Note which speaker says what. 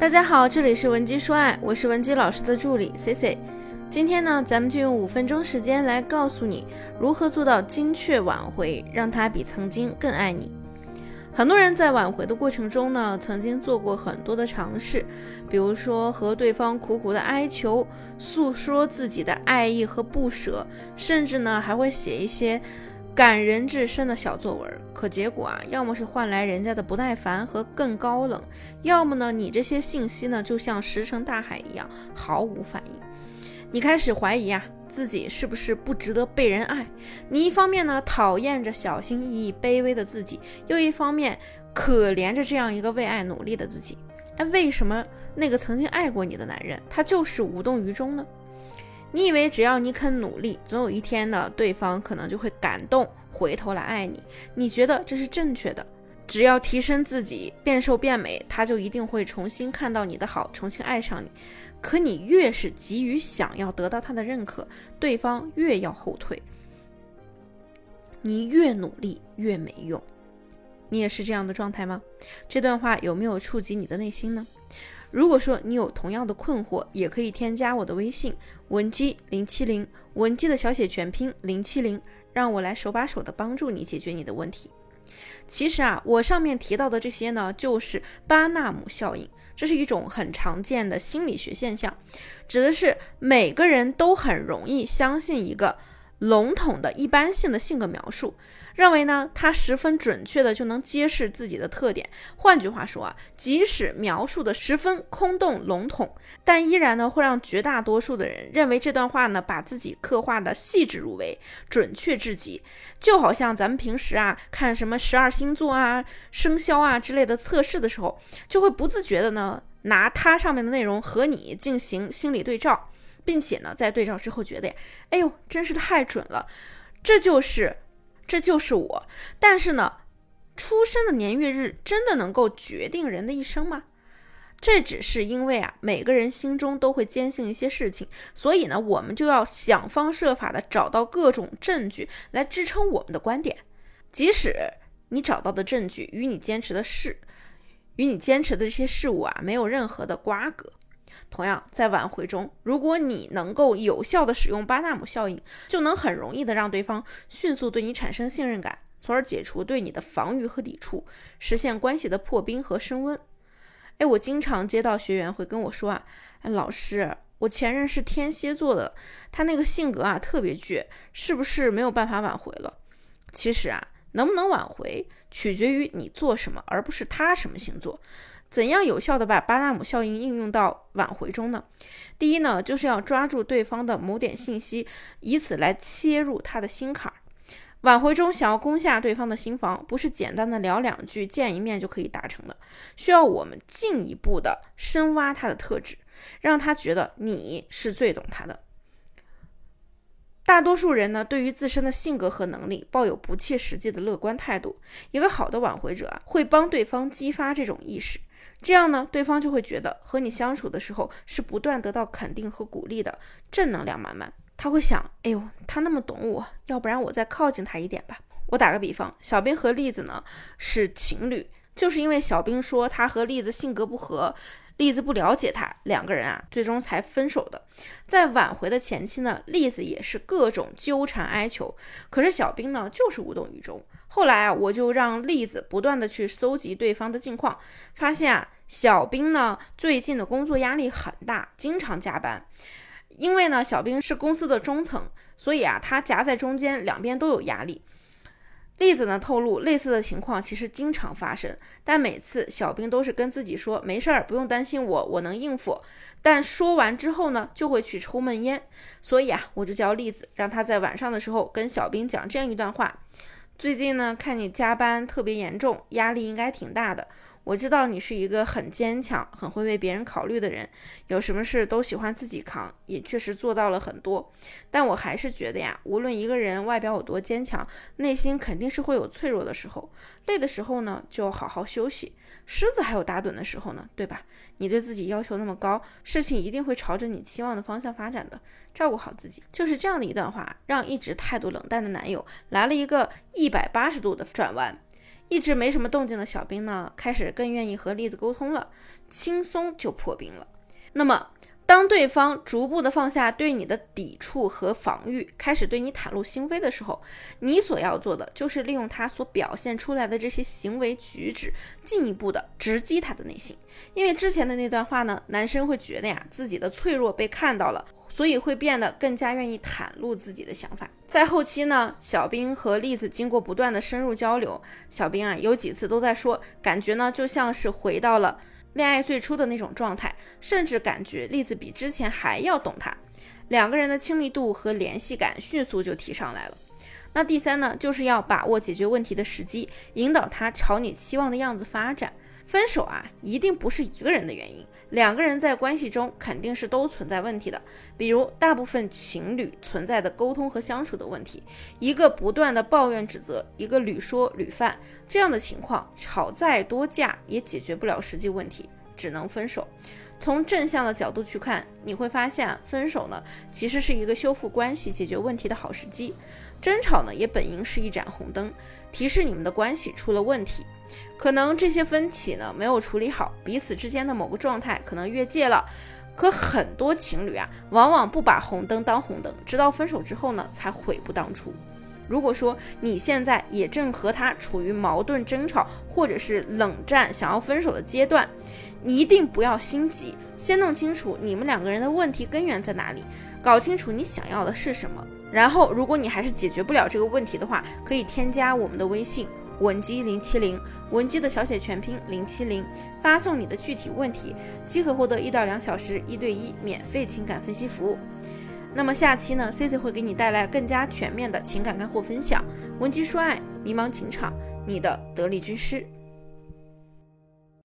Speaker 1: 大家好，这里是文姬说爱，我是文姬老师的助理 CC。 今天呢，咱们就用5分钟时间来告诉你如何做到精确挽回，让他比曾经更爱你。很多人在挽回的过程中呢，曾经做过很多的尝试，比如说和对方苦苦的哀求，诉说自己的爱意和不舍，甚至呢还会写一些感人至深的小作文。可结果要么是换来人家的不耐烦和更高冷，要么呢你这些信息呢就像石沉大海一样毫无反应。你开始怀疑自己是不是不值得被人爱。你一方面呢讨厌着小心翼翼卑微的自己，又一方面可怜着这样一个为爱努力的自己。为什么那个曾经爱过你的男人他就是无动于衷呢？你以为只要你肯努力，总有一天呢对方可能就会感动回头来爱你，你觉得这是正确的，只要提升自己变瘦变美，他就一定会重新看到你的好，重新爱上你。可你越是急于想要得到他的认可，对方越要后退，你越努力越没用。你也是这样的状态吗？这段话有没有触及你的内心呢？如果说你有同样的困惑，也可以添加我的微信文姬070，文姬的小写全拼070，让我来手把手的帮助你解决你的问题。其实我上面提到的这些呢，就是巴纳姆效应，这是一种很常见的心理学现象，指的是每个人都很容易相信一个笼统的一般性的性格描述，认为呢它十分准确的就能揭示自己的特点。换句话说即使描述的十分空洞笼统，但依然呢会让绝大多数的人认为这段话呢把自己刻画的细致入微，准确至极。就好像咱们平时看什么12星座生肖之类的测试的时候，就会不自觉的呢拿它上面的内容和你进行心理对照，并且呢在对照之后觉得哎呦真是太准了，这就是我。但是呢出生的年月日真的能够决定人的一生吗？这只是因为每个人心中都会坚信一些事情，所以呢我们就要想方设法的找到各种证据来支撑我们的观点，即使你找到的证据与你坚持的这些事物没有任何的瓜葛。同样在挽回中，如果你能够有效的使用巴纳姆效应，就能很容易的让对方迅速对你产生信任感，从而解除对你的防御和抵触，实现关系的破冰和升温。我经常接到学员会跟我说老师，我前任是天蝎座的，他那个性格特别倔，是不是没有办法挽回了？其实能不能挽回取决于你做什么，而不是他什么星座。怎样有效的把巴纳姆效应应用到挽回中呢？第一呢，就是要抓住对方的某点信息，以此来切入他的心坎。挽回中想要攻下对方的心房，不是简单的聊2句见一面就可以达成的，需要我们进一步的深挖他的特质，让他觉得你是最懂他的。大多数人呢，对于自身的性格和能力抱有不切实际的乐观态度。一个好的挽回者会帮对方激发这种意识，这样呢，对方就会觉得和你相处的时候是不断得到肯定和鼓励的，正能量满满。他会想，哎呦，他那么懂我，要不然我再靠近他一点吧。我打个比方，小兵和栗子呢是情侣，就是因为小兵说他和栗子性格不合，栗子不了解他，两个人最终才分手的。在挽回的前期呢，栗子也是各种纠缠哀求，可是小兵呢就是无动于衷。后来我就让栗子不断的去搜集对方的近况，发现小兵呢最近的工作压力很大，经常加班。因为呢小兵是公司的中层，所以他夹在中间，两边都有压力。栗子呢透露，类似的情况其实经常发生，但每次小兵都是跟自己说没事儿，不用担心我能应付。但说完之后呢，就会去抽闷烟。所以我就教栗子，让他在晚上的时候跟小兵讲这样一段话：最近呢看你加班特别严重，压力应该挺大的。我知道你是一个很坚强、很会为别人考虑的人，有什么事都喜欢自己扛，也确实做到了很多。但我还是觉得无论一个人外表有多坚强，内心肯定是会有脆弱的时候。累的时候呢，就好好休息。狮子还有打盹的时候呢，对吧？你对自己要求那么高，事情一定会朝着你期望的方向发展的。照顾好自己。就是这样的一段话，让一直态度冷淡的男友来了一个180度的转弯。 一直没什么动静的小兵呢，开始更愿意和栗子沟通了，轻松就破冰了。那么当对方逐步的放下对你的抵触和防御，开始对你袒露心扉的时候，你所要做的就是利用他所表现出来的这些行为举止，进一步的直击他的内心。因为之前的那段话呢，男生会觉得呀，自己的脆弱被看到了，所以会变得更加愿意袒露自己的想法。在后期呢，小兵和栗子经过不断的深入交流，小兵啊有几次都在说，感觉呢就像是回到了恋爱最初的那种状态，甚至感觉栗子比之前还要懂他，两个人的亲密度和联系感迅速就提上来了。那第三呢，就是要把握解决问题的时机，引导他朝你期望的样子发展。分手啊，一定不是一个人的原因，两个人在关系中肯定是都存在问题的，比如大部分情侣存在的沟通和相处的问题，一个不断的抱怨指责，一个屡说屡犯，这样的情况吵再多架也解决不了实际问题，只能分手。从正向的角度去看，你会发现分手呢，其实是一个修复关系、解决问题的好时机。争吵呢，也本应是一盏红灯，提示你们的关系出了问题。可能这些分歧呢没有处理好，彼此之间的某个状态可能越界了。可很多情侣啊，往往不把红灯当红灯，直到分手之后呢，才悔不当初。如果说你现在也正和他处于矛盾争吵或者是冷战想要分手的阶段，你一定不要心急，先弄清楚你们两个人的问题根源在哪里，搞清楚你想要的是什么。然后如果你还是解决不了这个问题的话，可以添加我们的微信文姬070，文姬的小写全拼070，发送你的具体问题，即可获得1到2小时1对1免费情感分析服务。那么下期呢 ，Cici 会给你带来更加全面的情感干货分享，文姬说爱，迷茫情场，你的得力军师。